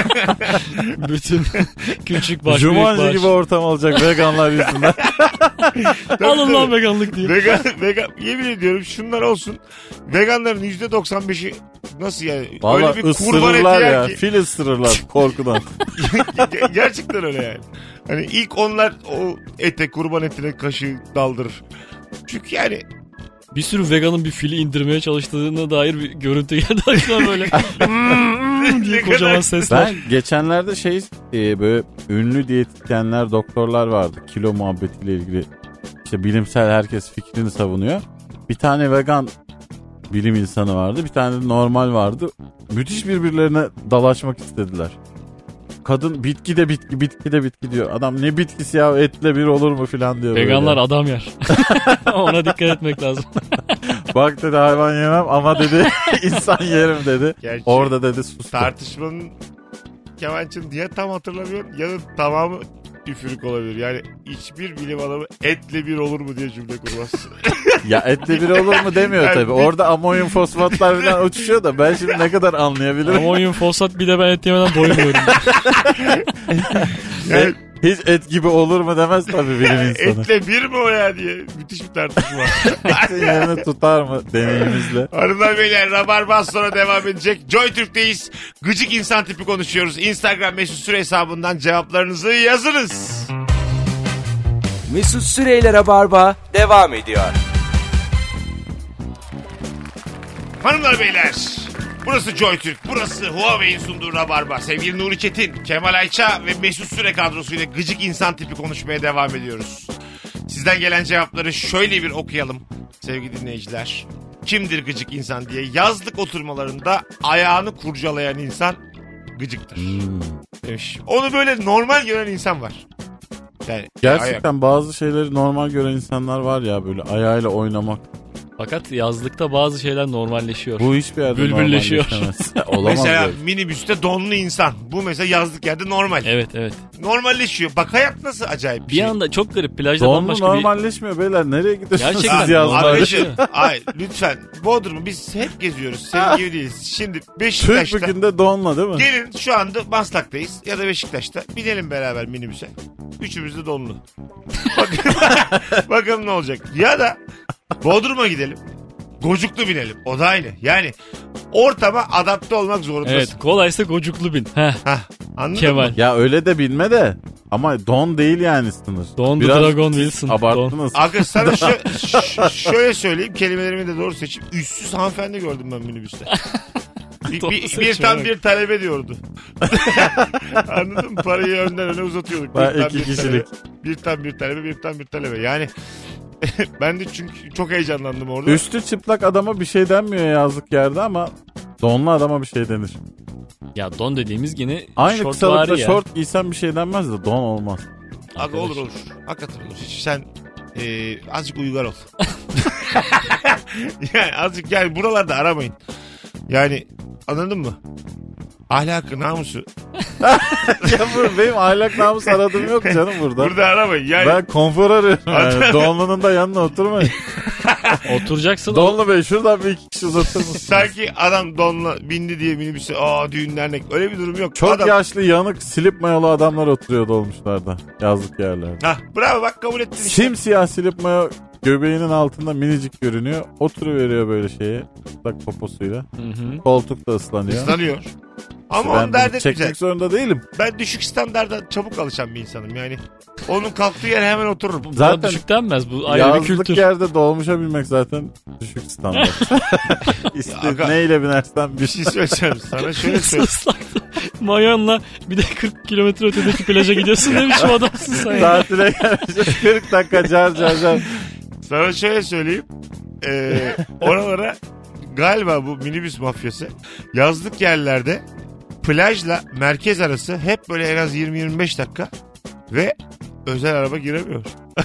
Bütün küçük baş büyük
Jumanji
baş.
gibi ortam olacak veganlar yüzünden.
Alın lan veganlık diye.
vegan, vegan, yemin ediyorum şunlar olsun. Veganların yüzde doksan beşi nasıl yani?
Valla
öyle bir kurban eti
ısırırlar
yer
ya.
ki.
Fil ısırırlar korkudan.
Ge- Gerçekten öyle yani. Hani ilk onlar o ete, kurban etine kaşığı daldırır. Çünkü yani
Bir sürü veganın bir fili indirmeye çalıştığına dair bir görüntü geldi aklıma böyle. Hmm diye
Ne
kocaman
kadar-
sesler.
Ben geçenlerde şey e, böyle ünlü diyetisyenler, doktorlar vardı. Kilo muhabbetiyle ilgili. İşte bilimsel herkes fikrini savunuyor. Bir tane vegan bilim insanı vardı. Bir tane de normal vardı. Müthiş birbirlerine dalaşmak istediler. kadın bitki de bitki bitki de bitki diyor. Adam ne bitkisi ya, etle bir olur mu filan diyor.
Veganlar
böyle.
adam yer. Ona dikkat etmek lazım.
Bak dedi hayvan yemem ama dedi insan yerim dedi.
Gerçi
Orada dedi sus.
tartışmanın Kemal'cim ya tam hatırlamıyorum ya da tamamı üfürük olabilir. Yani hiçbir bilim adamı etle bir olur mu diye cümle kurmaz.
Ya etle bir olur mu demiyor
Yani
tabii.
bir-
Orada amonyum fosfatlar falan uçuşuyor da ben şimdi ne kadar anlayabilirim.
Amonyum fosfat bir de ben et yemeden doymuyorum.
Yani
Hiç et gibi olur mu demez tabii bilim insanı.
etle bir mi o ya diye müthiş bir tartışma.
Etin yerini tutar mı deneyimimizle?
Hanımlar beyler Rabarba az sonra devam edecek. Joy Türk'teyiz. Gıcık insan tipi konuşuyoruz. Instagram Mesut Süre hesabından cevaplarınızı yazınız.
Mesut Süreyler'e barba devam ediyor.
Hanımlar beyler burası Joy Türk. Burası Huawei'in sunduğu Rabarba. Sevgili Nuri Çetin, Kemal Ayça ve Mesut Süre kadrosuyla gıcık insan tipi konuşmaya devam ediyoruz. Sizden gelen cevapları şöyle bir okuyalım sevgili dinleyiciler. Kimdir gıcık insan diye yazlık oturmalarında ayağını kurcalayan insan gıcıktır.
Hmm.
Demiş. Onu böyle normal gören insan var. Yani
Gerçekten
ayak.
bazı şeyleri normal gören insanlar var ya, böyle ayağıyla oynamak.
Fakat yazlıkta bazı şeyler normalleşiyor.
Bu hiçbir yerde
Bülbülleşiyor.
normalleşemez. Olamaz
Mesela
böyle.
minibüste donlu insan. Bu mesela yazlık yerde normal.
Evet evet.
Normalleşiyor. Bak hayat nasıl acayip bir,
Bir
şey.
anda çok garip plajda
Donlu
bambaşka bir...
normalleşmiyor beyler. Nereye gidiyorsunuz
Gerçekten
siz yazlar?
Arkadaşım, ay lütfen Bodrum'u biz hep geziyoruz. Senin gibi değiliz. Şimdi
Türk
Beşiktaş'ta
bugünde donla değil mi?
gelin şu anda Maslak'tayız ya da Beşiktaş'ta binelim beraber minibüse. Üçümüz de donlu. Bakın, bakalım ne olacak. Ya da Bodrum'a gidelim. Gocuklu binelim. O da aynı. Yani ortama adapte olmak zorundasın.
Evet kolaysa gocuklu bin. Heh,
Hah, anladın
Kemal.
mı?
Ya öyle de bilme de. Ama don değil yani sınır.
Don the
Biraz
Dragon Wilson. Don.
abarttınız.
Arkadaş sana şö- ş- şöyle söyleyeyim kelimelerimi de doğru seçeyim. Üstsüz hanımefendi gördüm ben minibüste. Bir,
Doğru
bir, bir
seçiyor,
tam
evet.
bir talebe diyordu. Anladın mı? Parayı önden öne uzatıyorduk.
Ben
tam
iki
bir
kişilik.
Talebe, bir tam bir talebe, bir tam bir talebe. Yani ben de çünkü çok heyecanlandım orada.
Üstü çıplak adama bir şey denmiyor yazlık yerde ama donlu adama bir şey denir.
Ya don dediğimiz yine
Aynı
şort
kısalıkta
vari ya.
şort giysen bir şey denmez de don olmaz.
Aga olur olur. Hakikaten olur. Sen e, azıcık uygar ol. Yani azıcık yani buralarda aramayın. Yani anladın mı? Ahlakı, namusu.
Ya bu benim ahlak namus aradığım yok canım burada.
Burada aramayın. Yani
Ben konfor arıyorum yani.
Adam-
Donlu'nun da yanına oturmayın.
Oturacaksın.
Donlu Bey şuradan bir iki kişi uzatır mısın?
sanki adam donla bindi diye minibüse aa düğün dernek öyle bir durum yok.
Çok
adam...
yaşlı yanık silip mayalı adamlar oturuyor dolmuşlarda. Yazlık yerlerde.
Hah, bravo bak kabul ettin işte.
Simsiyah silip mayo göbeğinin altında minicik görünüyor. Oturuveriyor böyle şeye. Islak poposuyla.
Hı hı.
Koltuk da ıslanıyor.
Islanıyor. Ama
ben
onu dert
bunu
etmeyecek.
çekmek zorunda değilim.
Ben düşük standarda çabuk alışan bir insanım yani. Onun kalktığı yere hemen otururum.
Zaten
Zaten
düşük denmez bu ayrı bir
yazlık
kültür.
yerde dolmuşa binmek zaten düşük standart. İşte
Aga-
neyle binersen
Bir
bir
şey söyleyeceğim sana şöyle söyleyeyim.
Islaktı. Mayonla bir de kırk kilometre ötedeki plaja gidiyorsun ne biçim adamsın sen ya.
tatile gelmişiz kırk dakika car car car.
Sana şöyle söyleyeyim. Ee, oralara galiba bu minibüs mafyası yazlık yerlerde plajla merkez arası hep böyle en az yirmi yirmi beş dakika ve özel araba giremiyor.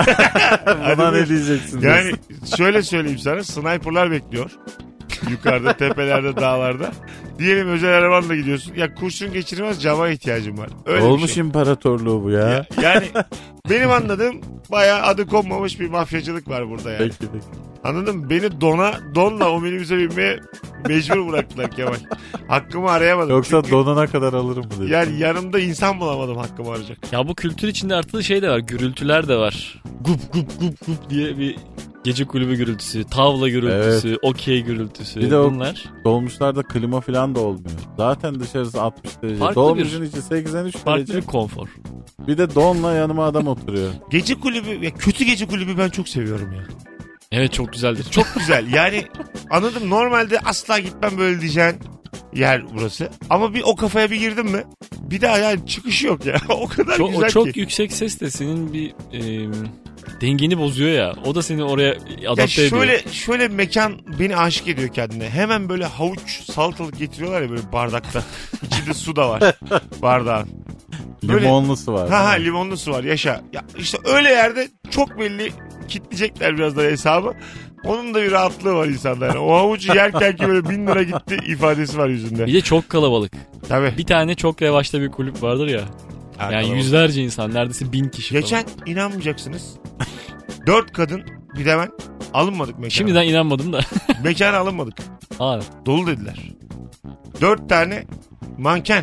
Buna
buyur.
ne diyeceksin?
Yani şöyle söyleyeyim sana sniperlar bekliyor. Yukarıda tepelerde dağlarda. Diyelim özel arabanla gidiyorsun. Ya kurşun geçirmez cama ihtiyacım var. Öyle bir
olmuş
şey.
imparatorluğu bu ya.
Ya- Yani benim anladığım bayağı adı konmamış bir mafyacılık var burada yani.
Peki peki.
Anladın mı? Beni dona, donla o minibüse binmeye mecbur bıraktılar Kemal. Hakkımı arayamadım.
Yoksa
Çünkü
donana kadar alırım mı dedi.
yani yanımda insan bulamadım hakkımı arayacak.
Ya bu kültür içinde artı şey de var. Gürültüler de var. Gup gup gup gup diye bir gece kulübü gürültüsü, tavla gürültüsü, okey gürültüsü.
Bir de o-
bunlar.
Dolmuşlarda klima falan da olmuyor. Zaten dışarısı altmış derece.
Farklı
Dolmuşun
bir-
içi seksen üç
Farklı
derece.
bir konfor.
Bir de donla yanıma adam oturuyor.
Gece kulübü, ya kötü gece kulübü ben çok seviyorum ya.
Evet çok güzeldir.
Çok güzel. Yani anladım normalde asla gitmem böyle diyeceğin yer burası. Ama bir o kafaya bir girdim mi bir daha yani çıkışı yok ya. O kadar
Çok,
güzel
o çok
ki.
yüksek ses de senin bir e, dengeni bozuyor ya. O da seni oraya adapte
Ya
ediyor.
şöyle şöyle mekan beni aşık ediyor kendine. Hemen böyle havuç salatalık getiriyorlar ya böyle bardakta. İçinde su da var bardağın. Böyle-
Limonlusu var.
Ha ha
değil mi?
limonlusu var yaşa. Ya işte öyle yerde çok belli kitleyecekler birazdan hesabı. Onun da bir rahatlığı var insanda. Yani. O havucu yerken ki böyle bin lira gitti ifadesi var yüzünde.
Bir de çok kalabalık.
Tabii.
Bir tane çok revaçta bir kulüp vardır ya.
Ha,
Yani
tamam.
yüzlerce insan, neredeyse bin kişi
Geçen
falan.
inanmayacaksınız. Dört kadın bir de ben alınmadık mekana.
Şimdiden inanmadım da.
Mekana alınmadık.
Aa,
Dolu dediler. Dört tane manken.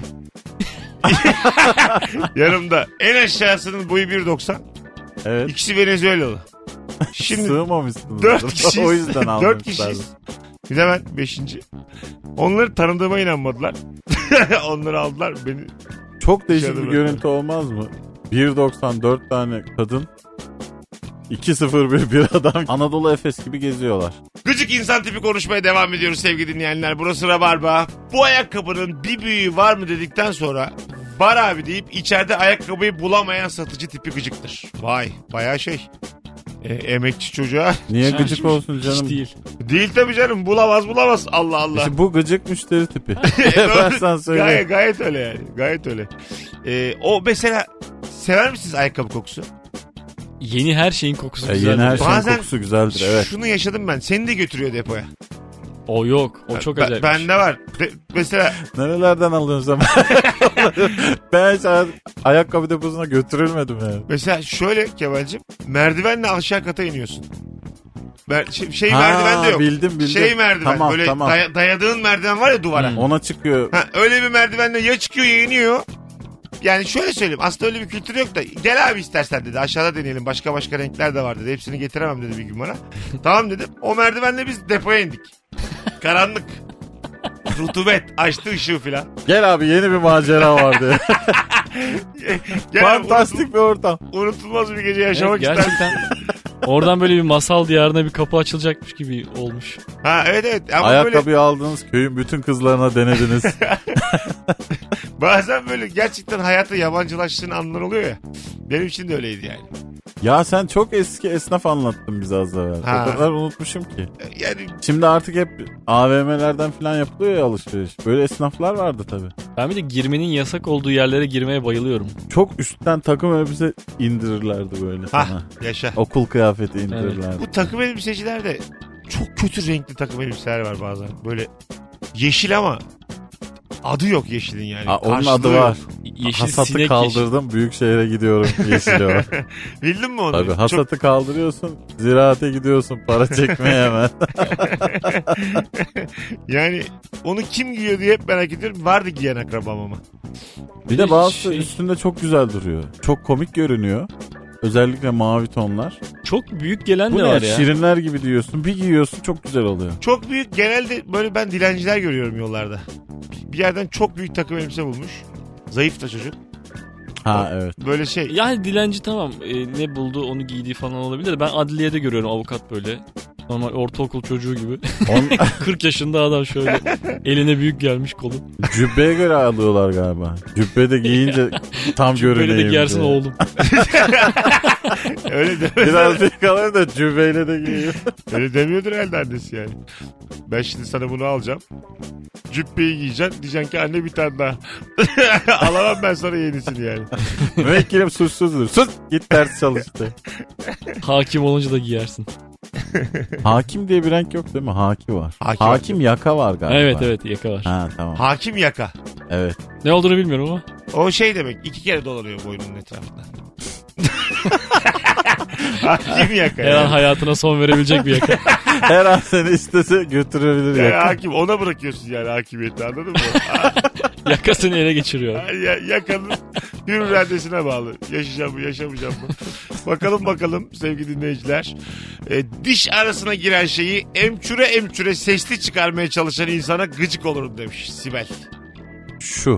Yanımda. En aşağısının boyu bir doksan.
Evet.
İkisi Venezuelalı. Şimdi
Sığmamışsınız.
dört kişiyiz.
O yüzden
Dört
almışlar.
kişiyiz. Bir de ben beşinci. Onları tanıdığıma inanmadılar. Onları aldılar beni.
Çok değişik
Dışarıda
bir görüntü olmaz mı? bir doksan dört tane kadın, iki sıfır bir bir adam Anadolu Efes gibi geziyorlar.
Gıcık insan tipi konuşmaya devam ediyoruz sevgili dinleyenler. Burası Rabarba. Bu ayakkabının bir büyüğü var mı dedikten sonra var abi deyip içeride ayakkabıyı bulamayan satıcı tipi gıcıktır. Vay bayağı şey. E, emekçi çocuğa.
Niye
hiç-
gıcık olsun
hiç
canım?
değil.
Değil tabii canım bulamaz bulamaz Allah Allah.
İşte bu gıcık müşteri tipi.
Doğru.
ben sana söyleyeyim.
Gayet, gayet öyle yani. Gayet öyle. E, o mesela sever misiniz ayakkabı kokusu?
Yeni her şeyin kokusu
Ya
güzel.
yeni her şeyin
Bazen
kokusu güzeldir, evet.
Şunu yaşadım ben. Seni de götürüyor depoya.
O yok. O çok
Ben-
acayip.
Bende var. De- mesela
Nerelerden alıyorsun sen? Ben hiç ay- ayakkabı deposuna götürülmedim yani.
mesela şöyle Kemal'cim merdivenle aşağı kata iniyorsun. Mer- şey, şey
Ha,
merdiven de yok.
bildim, bildim.
Şey merdiven
Tamam,
böyle
tamam.
daya- dayadığın merdiven var ya duvara.
Hmm.
Ona çıkıyor.
Ha, öyle bir merdivenle ya çıkıyor ya iniyor. Yani şöyle söyleyeyim aslında öyle bir kültür yok da gel abi istersen dedi aşağıda deneyelim başka başka renkler de var dedi hepsini getiremem dedi bir gün bana. Tamam dedim o merdivenle biz depoya indik. Karanlık. Rutubet açtı ışığı filan.
Gel abi yeni bir macera vardı.
Gel,
Fantastik bir ortam.
unutul- unutulmaz bir gece
Evet,
yaşamak ister.
gerçekten oradan böyle bir masal diyarına bir kapı açılacakmış gibi olmuş.
Ha evet evet ama
Ayakkabıyı
böyle
aldınız, köyün bütün kızlarına denediniz.
bazen böyle gerçekten hayata yabancılaştığın anlar oluyor ya. Benim için de öyleydi yani.
Ya sen çok eski esnaf anlattın bize az evvel.
Ha.
O kadar unutmuşum ki.
Yani
Şimdi artık hep A V M'lerden falan yapılıyor ya alışveriş. Böyle esnaflar vardı tabii.
Ben bir de girmenin yasak olduğu yerlere girmeye bayılıyorum.
Çok üstten takım elbise indirirlerdi böyle
ha
sana.
yaşa.
Okul kıyafeti indirirlerdi.
Bu takım elbisecilerde çok kötü renkli takım elbiseler var bazen. Böyle yeşil ama adı yok yeşilin yani.
Aa, onun
Karşılığı
adı var.
yok.
Yeşil
Hasatı
sinek
kaldırdım, büyük şehre gidiyorum yeşili var.
Bildin mi onu?
Tabii
Çok-
hasatı kaldırıyorsun, ziraate gidiyorsun para çekmeye hemen.
Yani onu kim giyiyor diye hep merak ediyorum. Vardı giyen akrabam ama.
Bir de bazı
Şey-
üstünde çok güzel duruyor. Çok komik görünüyor. Özellikle mavi tonlar.
Çok büyük gelen
Bu
de
ne
var ya.
şirinler gibi diyorsun. Bir giyiyorsun çok güzel oluyor.
Çok büyük genelde böyle ben dilenciler görüyorum yollarda. Bir yerden çok büyük takım elbise bulmuş. Zayıf da çocuk.
Ha evet.
Böyle şey.
Yani dilenci tamam e, ne buldu onu giydiği falan olabilir. Ben adliyede görüyorum avukat böyle. Normal ortaokul çocuğu gibi.
On,
kırk yaşında adam şöyle eline büyük gelmiş kolu.
cübbeye göre alıyorlar galiba. Cübbe de giyince tam
Böyle
görüneyim
de giyersin
diye.
oğlum.
Öyle de
Biraz bir kalır da cübbeyle de giyiyor.
öyle demiyordur herhalde annesi yani. Ben şimdi sana bunu alacağım. Cübbeyi giyeceksin. Diyeceksin ki anne bir tane daha. Alamam ben sana yenisini yani.
Müvekkilim suçsuzdur. Sus git ders çalış de.
Hakim olunca da giyersin.
Hakim diye bir renk yok değil mi? Haki var.
Hakim
Hakim, yaka var galiba.
Evet evet yaka var.
Ha tamam.
Hakim yaka.
Evet.
Ne olduğunu bilmiyorum ama.
O şey demek iki kere dolanıyor boynunun etrafında. Hakim yaka.
Her an
Yani.
hayatına son verebilecek bir yaka.
Her an seni istese götürebilir
Yani
yaka.
hakim ona bırakıyorsun yani hakimiyeti anladın mı?
Yaka seni ele geçiriyor.
Ya, yakanın hür iradesine bağlı. Yaşayacağım mı yaşamayacağım mı? Bakalım bakalım sevgili dinleyiciler. E, diş arasına giren şeyi emçüre emçüre sesli çıkarmaya çalışan insana gıcık olurum demiş Sibel.
Şu.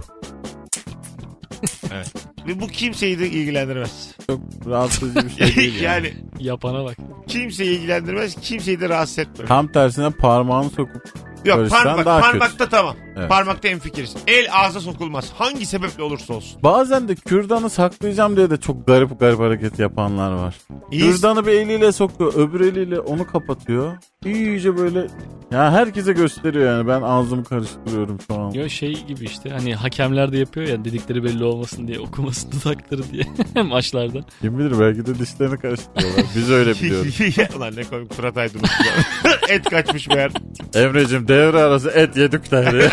Ve bu kimseyi de ilgilendirmez.
Çok rahatsız edici bir şey değil yani.
yani
Yapana bak.
kimseyi ilgilendirmez, kimseyi de rahatsız etmez.
Tam tersine parmağını sokup
Yok
karıştıran
parmak,
daha
parmakta
kötü.
tamam.
Evet.
Parmakta hemfikiriz. El ağza sokulmaz. Hangi sebeple olursa olsun.
Bazen de kürdanı saklayacağım diye de çok garip garip hareket yapanlar var.
İyi.
Kürdanı bir eliyle sokuyor, öbür eliyle onu kapatıyor. İyice böyle Ya herkese gösteriyor yani. Ben ağzımı karıştırıyorum şu an.
Yo şey gibi işte hani hakemler de yapıyor ya dedikleri belli olmasın diye okumasın dudakları diye maçlarda.
Kim bilir belki de dişlerini karıştırıyorlar. Biz öyle biliyoruz.
Ulan ne komik Fırat Aydın. Et kaçmış meğer.
Emre'cim devre arası et yedik derdi.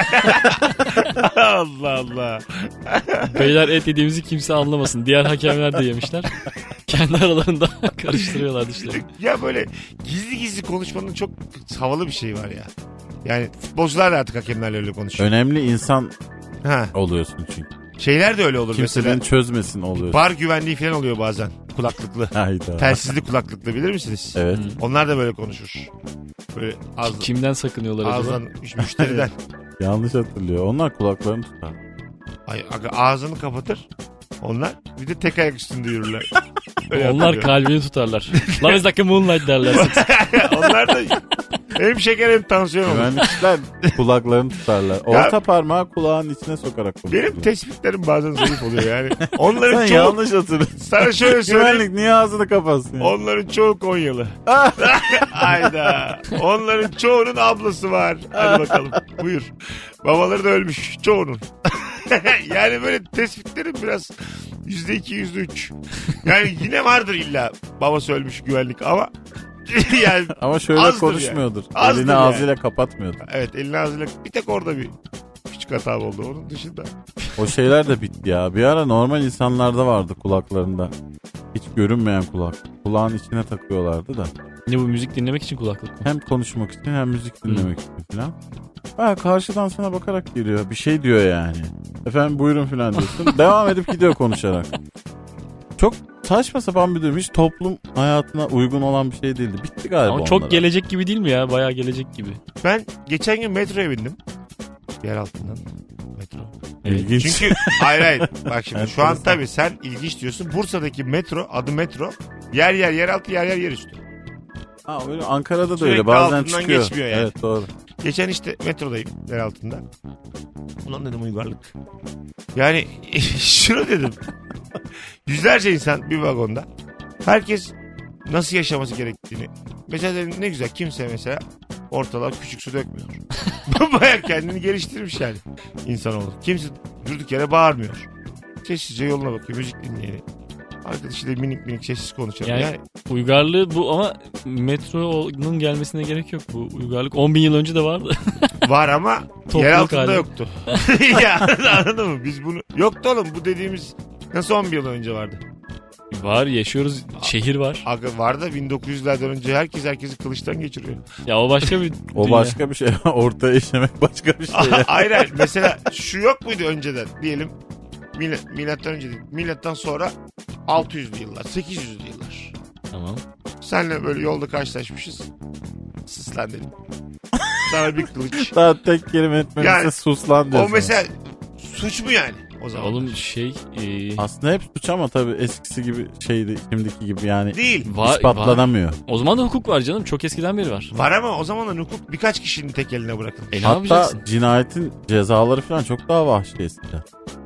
Allah Allah.
Beyler et yediğimizi kimse anlamasın. Diğer hakemler de yemişler. Kendi aralarında karıştırıyorlar dişlerini.
Ya böyle gizli gizli konuşmanın çok havalı bir şeyi var ya. Yani futbolcular da artık hakemlerle öyle konuşuyor.
Önemli insan
Ha.
oluyorsun çünkü.
Şeyler de öyle olur
Kimse
mesela.
beni çözmesin oluyorsun.
Bar güvenliği falan oluyor bazen. Kulaklıklı.
Hayda.
Telsizli kulaklıklı bilir misiniz?
Evet.
Onlar da böyle konuşur. Böyle ağız,
Kimden sakınıyorlar acaba?
ağızdan, müşteriden.
Yanlış hatırlıyor. Onlar kulaklarını tutar.
Ay, aga, ağzını kapatır. Onlar bir de tek ayak üstünde yürürler. Öyle
Onlar
hatırlıyorum.
kalbini tutarlar. Love is like a moonlight derler.
Onlar da hem şeker hem tansiyon olur.
Güvenlikçiler kulaklarını tutarlar. Orta parmağı kulağın içine sokarak konuşurlar.
Benim tespitlerim bazen zayıf oluyor yani. Onların
Sen
çoğu...
yanlış hatırlıyorsun.
Sana şöyle söyleyeyim.
Güvenlik niye ağzını kapatsın ya?
Onların çoğu Konyalı. Hayda. Onların çoğunun ablası var. Hadi bakalım. Buyur. Babaları da ölmüş. Çoğunun. Yani böyle tespitlerim biraz yüzde iki, yüzde üç. Yani yine vardır illa babası ölmüş güvenlik ama yani
Ama şöyle
azdır
konuşmuyordur.
yani. Azdır
Elini
yani.
ağzıyla kapatmıyordur.
evet elini ağzıyla bir tek orada bir küçük hata oldu. Onun dışında.
O şeyler de bitti ya. Bir ara normal insanlarda vardı kulaklarında. Hiç görünmeyen kulak. Kulağın içine takıyorlardı da.
Ne bu müzik dinlemek için kulaklık mı?
Hem konuşmak için hem müzik dinlemek için falan. Ha, karşıdan sana bakarak geliyor. Bir şey diyor yani. Efendim buyurun falan diyorsun. Devam edip gidiyor konuşarak. Çok saçma sapan bir durum. Hiç toplum hayatına uygun olan bir şey değildi. Bitti galiba
Ama çok
onlara.
gelecek gibi değil mi ya? Bayağı gelecek gibi.
Ben geçen gün metroya bindim. Yer altından. Metro.
İlginç.
Çünkü hayır hayır. Bak şimdi şu an
Enteresan.
tabii sen ilginç diyorsun. Bursa'daki metro adı metro. Yer yer yer altı yer yer yer üstü.
Ha, öyle Ankara'da da
Sürekli
öyle bazen
altından
çıkıyor.
geçmiyor yani.
Evet doğru.
Geçen işte metrodayım yer altında. Ulan dedim uygarlık. Yani şunu dedim. Yüzlerce insan bir vagonda. Herkes nasıl yaşaması gerektiğini. Mesela dedim ne güzel kimse mesela ortalığa küçük su dökmüyor. Baya kendini geliştirmiş yani insanoğlu. Kimse durduk yere bağırmıyor. Sessizce yoluna bakıyor müzik dinliyor. Arkadaşıyla minik minik sessiz konuşuyor.
Yani,
Yani
uygarlığı bu ama metronun gelmesine gerek yok. Bu uygarlık on bin yıl önce de vardı.
var ama
Topluluk
yer altında
hali.
yoktu. Ya anladın mı? Biz bunu yoktu oğlum bu dediğimiz nasıl on bir yıl önce vardı?
Var yaşıyoruz. Şehir var.
Aga var da bin dokuz yüzlerden önce herkes herkesi kılıçtan geçiriyor.
Ya o başka bir
O
dünya.
başka bir şey. Ortaya işlemek başka bir şey. ya.
hayır hayır. Mesela şu yok muydu önceden? Diyelim milat, milattan önce değil. Milattan sonra altı yüzlü yıllar, sekiz yüzlü yıllar.
Tamam.
Senle böyle yolda karşılaşmışız. Sus lan dedim. Sana bir kılıç.
Daha tek kelime etmemesi
Yani,
sus lan diyorsun.
O mesela suç mu yani o zaman?
Oğlum şey e,
Aslında hep suç ama tabii eskisi gibi şeydi, şimdiki gibi yani
Değil.
var,
ispatlanamıyor.
var. O zaman da hukuk var canım. Çok eskiden beri var.
Var ama o zamanlar hukuk birkaç kişinin tek eline bırakılmış.
E ne
Hatta
yapacaksın?
cinayetin cezaları falan çok daha vahşi eskiden.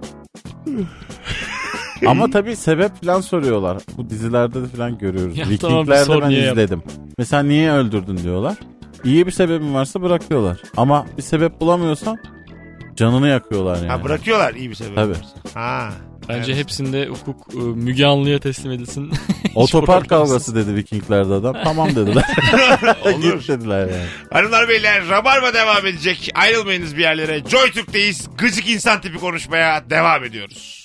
Ama tabii sebep falan soruyorlar. Bu dizilerde de falan görüyoruz.
Ya
Vikingler'de
tamam, bir sor,
ben
niye yap-
izledim. Mesela niye öldürdün diyorlar. İyi bir sebebin varsa bırakıyorlar. Ama bir sebep bulamıyorsan canını yakıyorlar yani.
Ha bırakıyorlar iyi bir sebep
Tabii.
varsa. Ha.
Bence
Evet.
hepsinde hukuk e, Müge Anlı'ya teslim edilsin. Hiç
Otopark
problemsiz.
kavgası dedi Vikingler'de adam. Tamam dediler.
Olur.
Git dediler yani.
Hanımlar beyler Rabarba devam edecek. Ayrılmayınız bir yerlere. Joy Türk'teyiz. Gıcık insan tipi konuşmaya devam ediyoruz.